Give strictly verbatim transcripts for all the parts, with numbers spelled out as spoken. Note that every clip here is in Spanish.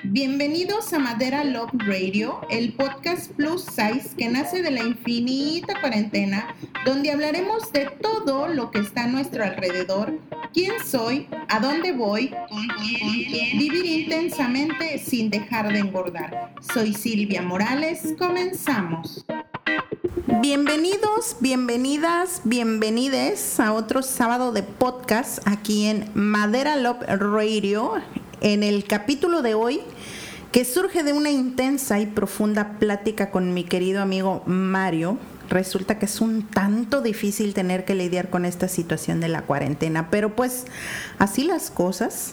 Bienvenidos a Madera Love Radio, el podcast plus size que nace de la infinita cuarentena, donde hablaremos de todo lo que está a nuestro alrededor, quién soy, a dónde voy, con quién, vivir intensamente sin dejar de engordar. Soy Silvia Morales, comenzamos. Bienvenidos, bienvenidas, bienvenides a otro sábado de podcast aquí en Madera Love Radio. En el capítulo de hoy, que surge de una intensa y profunda plática con mi querido amigo Mario, resulta que es un tanto difícil tener que lidiar con esta situación de la cuarentena, pero pues así las cosas.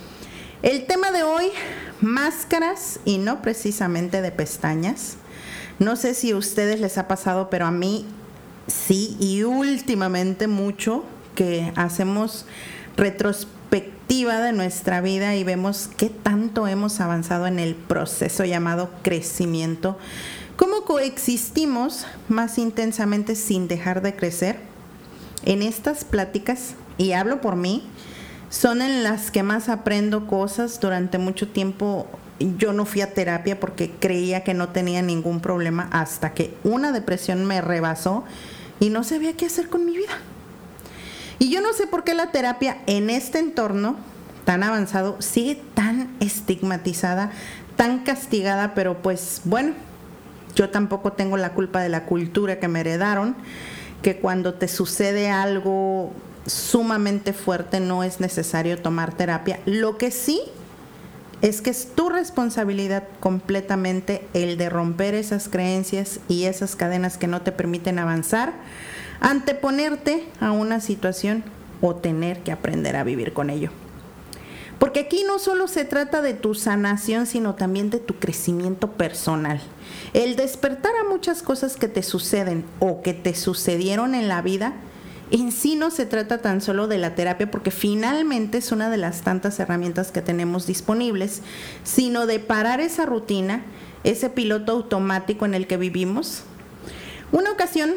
El tema de hoy, máscaras y no precisamente de pestañas. No sé si a ustedes les ha pasado, pero a mí sí, y últimamente mucho, que hacemos retrospectiva de nuestra vida y vemos qué tanto hemos avanzado en el proceso llamado crecimiento, cómo coexistimos más intensamente sin dejar de crecer. En estas pláticas, y hablo por mí, son en las que más aprendo cosas. Durante mucho tiempo yo no fui a terapia porque creía que no tenía ningún problema, hasta que una depresión me rebasó y no sabía qué hacer con mi vida. Y yo no sé por qué la terapia en este entorno tan avanzado sigue tan estigmatizada, tan castigada, pero pues bueno, yo tampoco tengo la culpa de la cultura que me heredaron, que cuando te sucede algo sumamente fuerte no es necesario tomar terapia. Lo que sí es que es tu responsabilidad completamente el de romper esas creencias y esas cadenas que no te permiten avanzar, anteponerte a una situación o tener que aprender a vivir con ello. Porque aquí no solo se trata de tu sanación, sino también de tu crecimiento personal. El despertar a muchas cosas que te suceden o que te sucedieron en la vida, en sí no se trata tan solo de la terapia, porque finalmente es una de las tantas herramientas que tenemos disponibles, sino de parar esa rutina, ese piloto automático en el que vivimos. Una ocasión,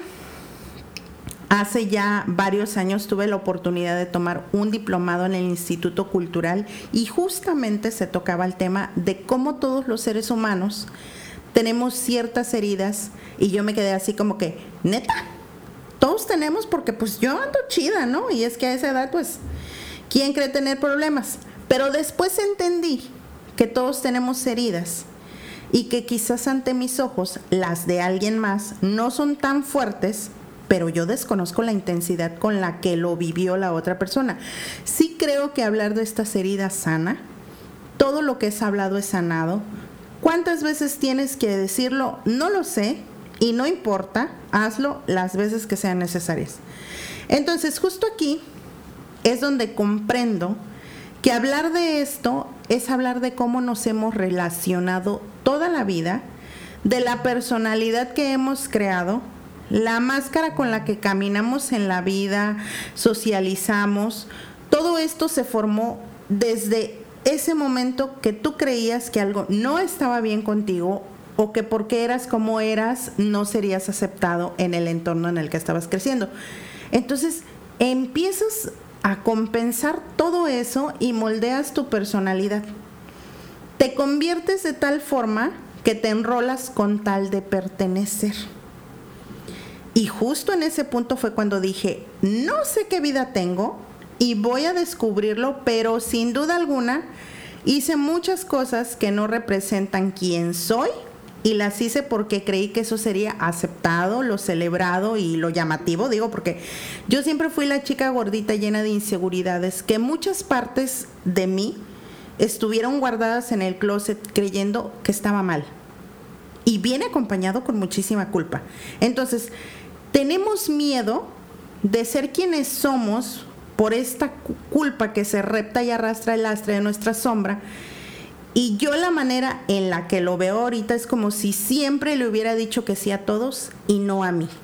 hace ya varios años, tuve la oportunidad de tomar un diplomado en el Instituto Cultural y justamente se tocaba el tema de cómo todos los seres humanos tenemos ciertas heridas, y yo me quedé así como que, ¿neta? Todos tenemos, porque pues yo ando chida, ¿no? Y es que a esa edad, pues, ¿quién cree tener problemas? Pero después entendí que todos tenemos heridas y que quizás ante mis ojos las de alguien más no son tan fuertes, pero yo desconozco la intensidad con la que lo vivió la otra persona. Sí creo que hablar de estas heridas sana. Todo lo que es hablado es sanado. ¿Cuántas veces tienes que decirlo? No lo sé, y no importa, hazlo las veces que sean necesarias. Entonces, justo aquí es donde comprendo que hablar de esto es hablar de cómo nos hemos relacionado toda la vida, de la personalidad que hemos creado, la máscara con la que caminamos en la vida, socializamos. Todo esto se formó desde ese momento que tú creías que algo no estaba bien contigo, o que porque eras como eras no serías aceptado en el entorno en el que estabas creciendo. Entonces empiezas a compensar todo eso y moldeas tu personalidad. Te conviertes de tal forma que te enrolas con tal de pertenecer. Y justo en ese punto fue cuando dije, no sé qué vida tengo y voy a descubrirlo, pero sin duda alguna hice muchas cosas que no representan quién soy, y las hice porque creí que eso sería aceptado, lo celebrado y lo llamativo. Digo, porque yo siempre fui la chica gordita llena de inseguridades, que muchas partes de mí estuvieron guardadas en el closet creyendo que estaba mal. Y viene acompañado con muchísima culpa. Entonces, tenemos miedo de ser quienes somos por esta culpa que se repta y arrastra el lastre de nuestra sombra. Y yo la manera en la que lo veo ahorita es como si siempre le hubiera dicho que sí a todos y no a mí.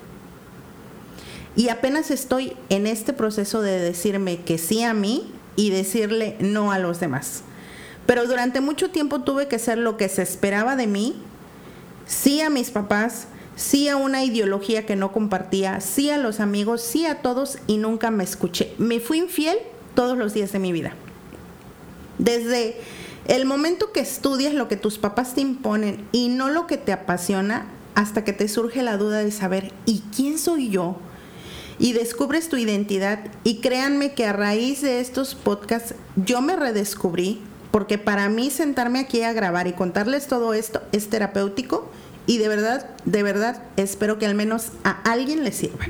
Y apenas estoy en este proceso de decirme que sí a mí y decirle no a los demás. Pero durante mucho tiempo tuve que ser lo que se esperaba de mí, sí a mis papás, sí a una ideología que no compartía, sí a los amigos, sí a todos, y nunca me escuché. Me fui infiel todos los días de mi vida. Desde El momento que estudias lo que tus papás te imponen y no lo que te apasiona, hasta que te surge la duda de saber, ¿y quién soy yo? Y descubres tu identidad. Y créanme que a raíz de estos podcasts yo me redescubrí, porque para mí sentarme aquí a grabar y contarles todo esto es terapéutico y de verdad, de verdad espero que al menos a alguien le sirva.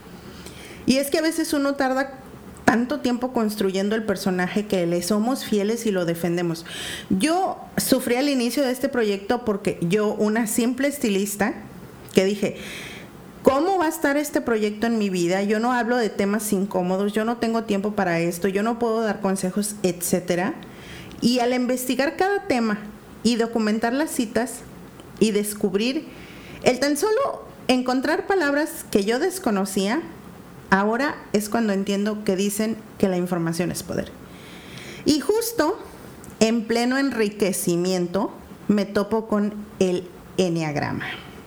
Y es que a veces uno tarda tanto tiempo construyendo el personaje que le somos fieles y lo defendemos. Yo sufrí al inicio de este proyecto porque yo, una simple estilista, que dije, ¿cómo va a estar este proyecto en mi vida? Yo no hablo de temas incómodos, yo no tengo tiempo para esto, yo no puedo dar consejos, etcétera. Y al investigar cada tema y documentar las citas y descubrir, el tan solo encontrar palabras que yo desconocía, ahora es cuando entiendo que dicen que la información es poder. Y justo en pleno enriquecimiento me topo con el eneagrama.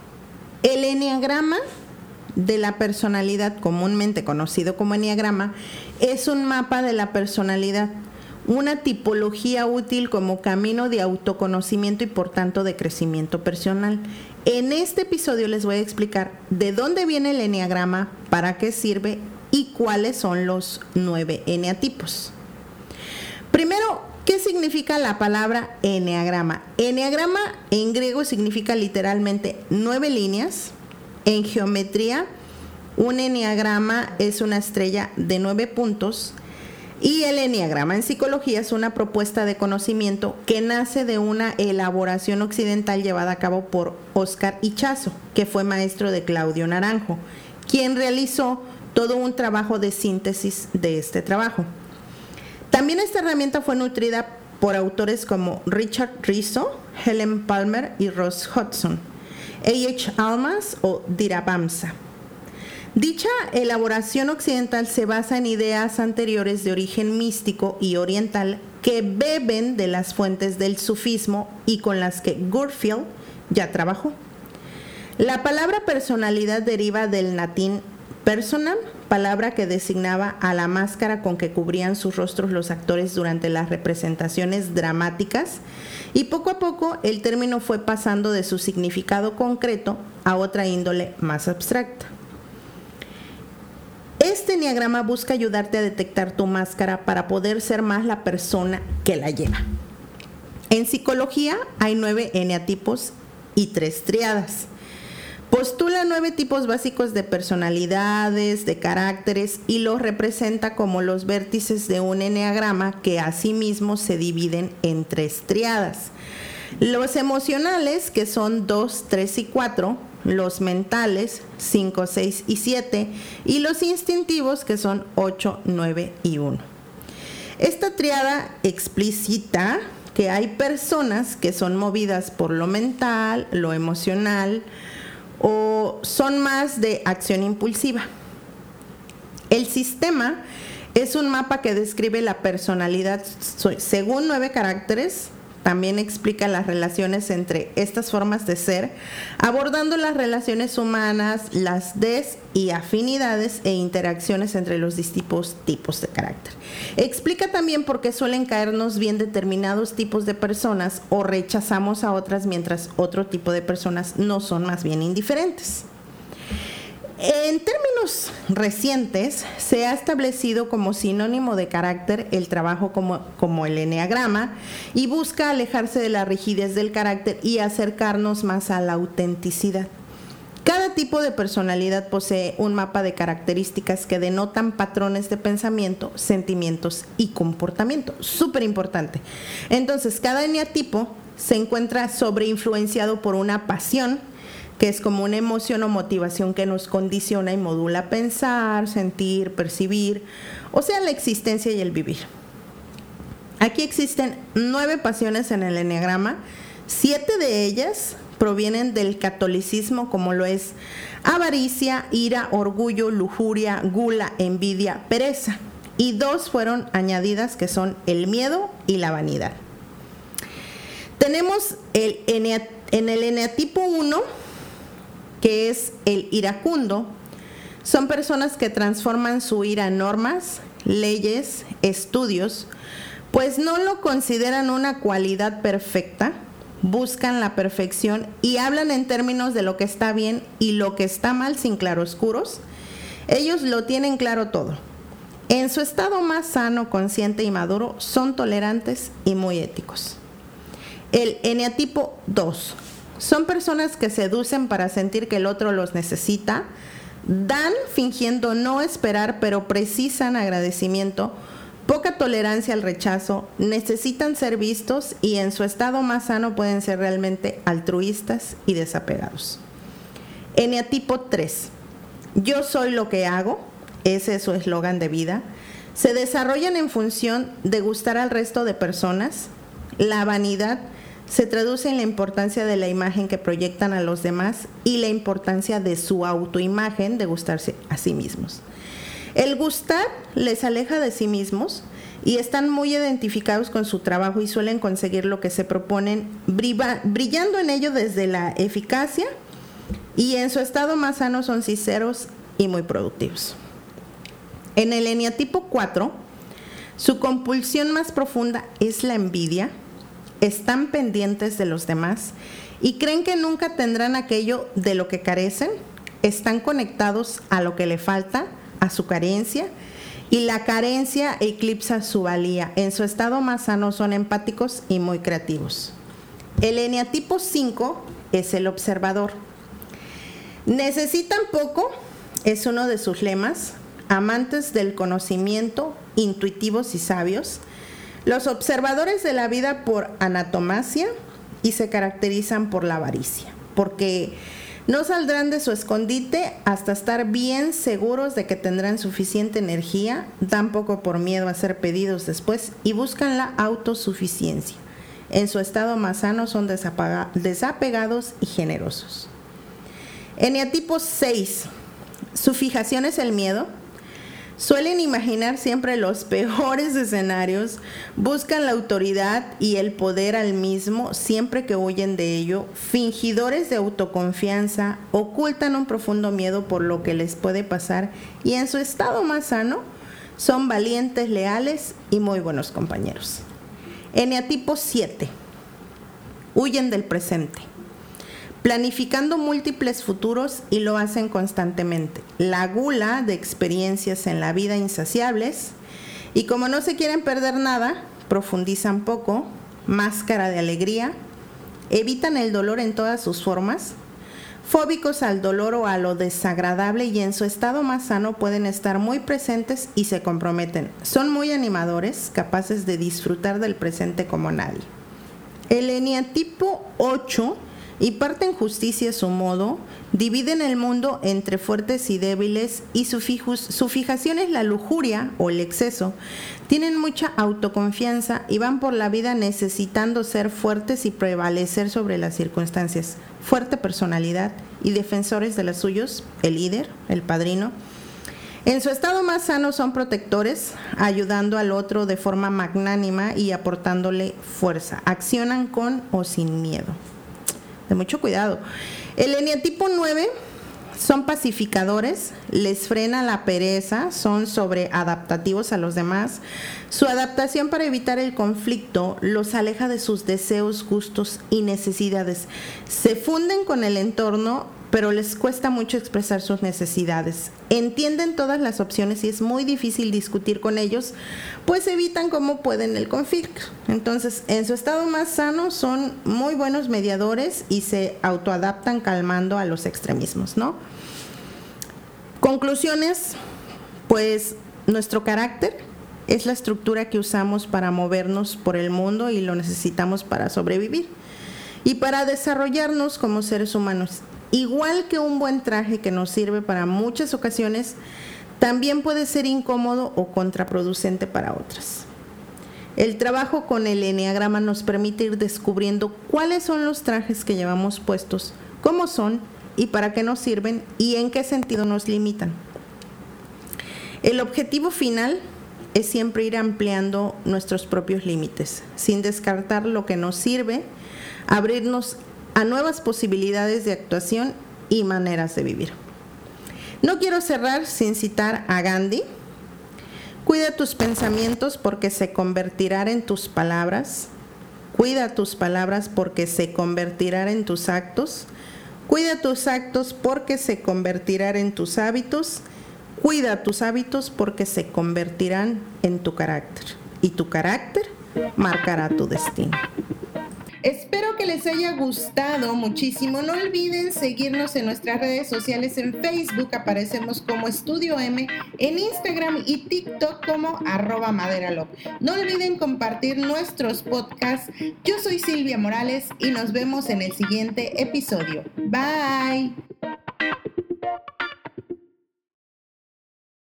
El eneagrama de la personalidad, comúnmente conocido como eneagrama, es un mapa de la personalidad, una tipología útil como camino de autoconocimiento y por tanto de crecimiento personal. En este episodio les voy a explicar de dónde viene el eneagrama, para qué sirve y cuáles son los nueve eneatipos. Primero, ¿qué significa la palabra eneagrama? Eneagrama en griego significa literalmente nueve líneas. En geometría, un eneagrama es una estrella de nueve puntos. Y el eneagrama en psicología es una propuesta de conocimiento que nace de una elaboración occidental llevada a cabo por Oscar Ichazo, que fue maestro de Claudio Naranjo, quien realizó todo un trabajo de síntesis de este trabajo. También esta herramienta fue nutrida por autores como Richard Rizzo, Helen Palmer y Ross Hudson, A H Almas o Dirabamsa. Dicha elaboración occidental se basa en ideas anteriores de origen místico y oriental que beben de las fuentes del sufismo y con las que Gurdjieff ya trabajó. La palabra personalidad deriva del latín personam, palabra que designaba a la máscara con que cubrían sus rostros los actores durante las representaciones dramáticas, y poco a poco el término fue pasando de su significado concreto a otra índole más abstracta. Este eneagrama busca ayudarte a detectar tu máscara para poder ser más la persona que la lleva. En psicología hay nueve eneatipos y tres triadas. Postula nueve tipos básicos de personalidades, de caracteres y los representa como los vértices de un eneagrama que asimismo se dividen en tres triadas. Los emocionales, que son dos, tres y cuatro, los mentales, cinco, seis y siete, y los instintivos, que son ocho, nueve y uno. Esta triada explicita que hay personas que son movidas por lo mental, lo emocional, o son más de acción impulsiva. El sistema es un mapa que describe la personalidad según nueve caracteres. También explica las relaciones entre estas formas de ser, abordando las relaciones humanas, las des y afinidades e interacciones entre los distintos tipos de carácter. Explica también por qué suelen caernos bien determinados tipos de personas o rechazamos a otras, mientras otro tipo de personas no son, más bien indiferentes. En términos recientes, se ha establecido como sinónimo de carácter el trabajo como, como el eneagrama, y busca alejarse de la rigidez del carácter y acercarnos más a la autenticidad. Cada tipo de personalidad posee un mapa de características que denotan patrones de pensamiento, sentimientos y comportamiento. Súper importante. Entonces, cada eneatipo se encuentra sobreinfluenciado por una pasión, que es como una emoción o motivación que nos condiciona y modula pensar, sentir, percibir, o sea, la existencia y el vivir. Aquí existen nueve pasiones en el eneagrama. Siete de ellas provienen del catolicismo, como lo es avaricia, ira, orgullo, lujuria, gula, envidia, pereza. Y dos fueron añadidas, que son el miedo y la vanidad. Tenemos el enea, en el eneatipo uno, que es el iracundo. Son personas que transforman su ira en normas, leyes, estudios, pues no lo consideran una cualidad perfecta, buscan la perfección y hablan en términos de lo que está bien y lo que está mal sin claroscuros. Ellos lo tienen claro todo. En su estado más sano, consciente y maduro, son tolerantes y muy éticos. El eneatipo dos. Son personas que seducen para sentir que el otro los necesita, dan fingiendo no esperar, pero precisan agradecimiento, poca tolerancia al rechazo, necesitan ser vistos y en su estado más sano pueden ser realmente altruistas y desapegados. Eneatipo tres. Yo soy lo que hago, ese es su eslogan de vida. Se desarrollan en función de gustar al resto de personas. La vanidad se traduce en la importancia de la imagen que proyectan a los demás y la importancia de su autoimagen, de gustarse a sí mismos. El gustar les aleja de sí mismos y están muy identificados con su trabajo y suelen conseguir lo que se proponen, brillando en ello desde la eficacia, y en su estado más sano son sinceros y muy productivos. En el eneatipo cuatro, su compulsión más profunda es la envidia. Están pendientes de los demás y creen que nunca tendrán aquello de lo que carecen. Están conectados a lo que le falta, a su carencia, y la carencia eclipsa su valía. En su estado más sano son empáticos y muy creativos. El eneatipo cinco es el observador. Necesitan poco, es uno de sus lemas, amantes del conocimiento, intuitivos y sabios. Los observadores de la vida por anatomasia y se caracterizan por la avaricia, porque no saldrán de su escondite hasta estar bien seguros de que tendrán suficiente energía, dan poco por miedo a ser pedidos después y buscan la autosuficiencia. En su estado más sano son desapegados y generosos. Eneatipo seis. Su fijación es el miedo. Suelen imaginar siempre los peores escenarios, buscan la autoridad y el poder al mismo siempre que huyen de ello, fingidores de autoconfianza, ocultan un profundo miedo por lo que les puede pasar y en su estado más sano son valientes, leales y muy buenos compañeros. Eneatipo siete. Huyen del presente, planificando múltiples futuros y lo hacen constantemente. La gula de experiencias en la vida insaciables y como no se quieren perder nada, profundizan poco, máscara de alegría, evitan el dolor en todas sus formas, fóbicos al dolor o a lo desagradable y en su estado más sano pueden estar muy presentes y se comprometen. Son muy animadores, capaces de disfrutar del presente como nadie. El eneatipo ocho y parten justicia a su modo, dividen el mundo entre fuertes y débiles y su, fijus, su fijación es la lujuria o el exceso. Tienen mucha autoconfianza y van por la vida necesitando ser fuertes y prevalecer sobre las circunstancias. Fuerte personalidad y defensores de los suyos, el líder, el padrino. En su estado más sano son protectores, ayudando al otro de forma magnánima y aportándole fuerza. Accionan con o sin miedo. De mucho cuidado. El eneatipo nueve son pacificadores, les frena la pereza, son sobreadaptativos a los demás. Su adaptación para evitar el conflicto los aleja de sus deseos, gustos y necesidades. Se funden con el entorno, pero les cuesta mucho expresar sus necesidades. Entienden todas las opciones y es muy difícil discutir con ellos, pues evitan como pueden el conflicto. Entonces, en su estado más sano son muy buenos mediadores y se autoadaptan calmando a los extremismos, ¿no? Conclusiones, pues nuestro carácter es la estructura que usamos para movernos por el mundo y lo necesitamos para sobrevivir y para desarrollarnos como seres humanos. Igual que un buen traje que nos sirve para muchas ocasiones, también puede ser incómodo o contraproducente para otras. El trabajo con el eneagrama nos permite ir descubriendo cuáles son los trajes que llevamos puestos, cómo son y para qué nos sirven y en qué sentido nos limitan. El objetivo final es siempre ir ampliando nuestros propios límites, sin descartar lo que nos sirve, abrirnos a nuevas posibilidades de actuación y maneras de vivir. No quiero cerrar sin citar a Gandhi. Cuida tus pensamientos porque se convertirán en tus palabras. Cuida tus palabras porque se convertirán en tus actos. Cuida tus actos porque se convertirán en tus hábitos. Cuida tus hábitos porque se convertirán en tu carácter. Y tu carácter marcará tu destino. Espero que les haya gustado muchísimo. No olviden seguirnos en nuestras redes sociales. En Facebook aparecemos como Estudio M, en Instagram y TikTok como arroba maderalop. No olviden compartir nuestros podcasts. Yo soy Silvia Morales y nos vemos en el siguiente episodio. Bye.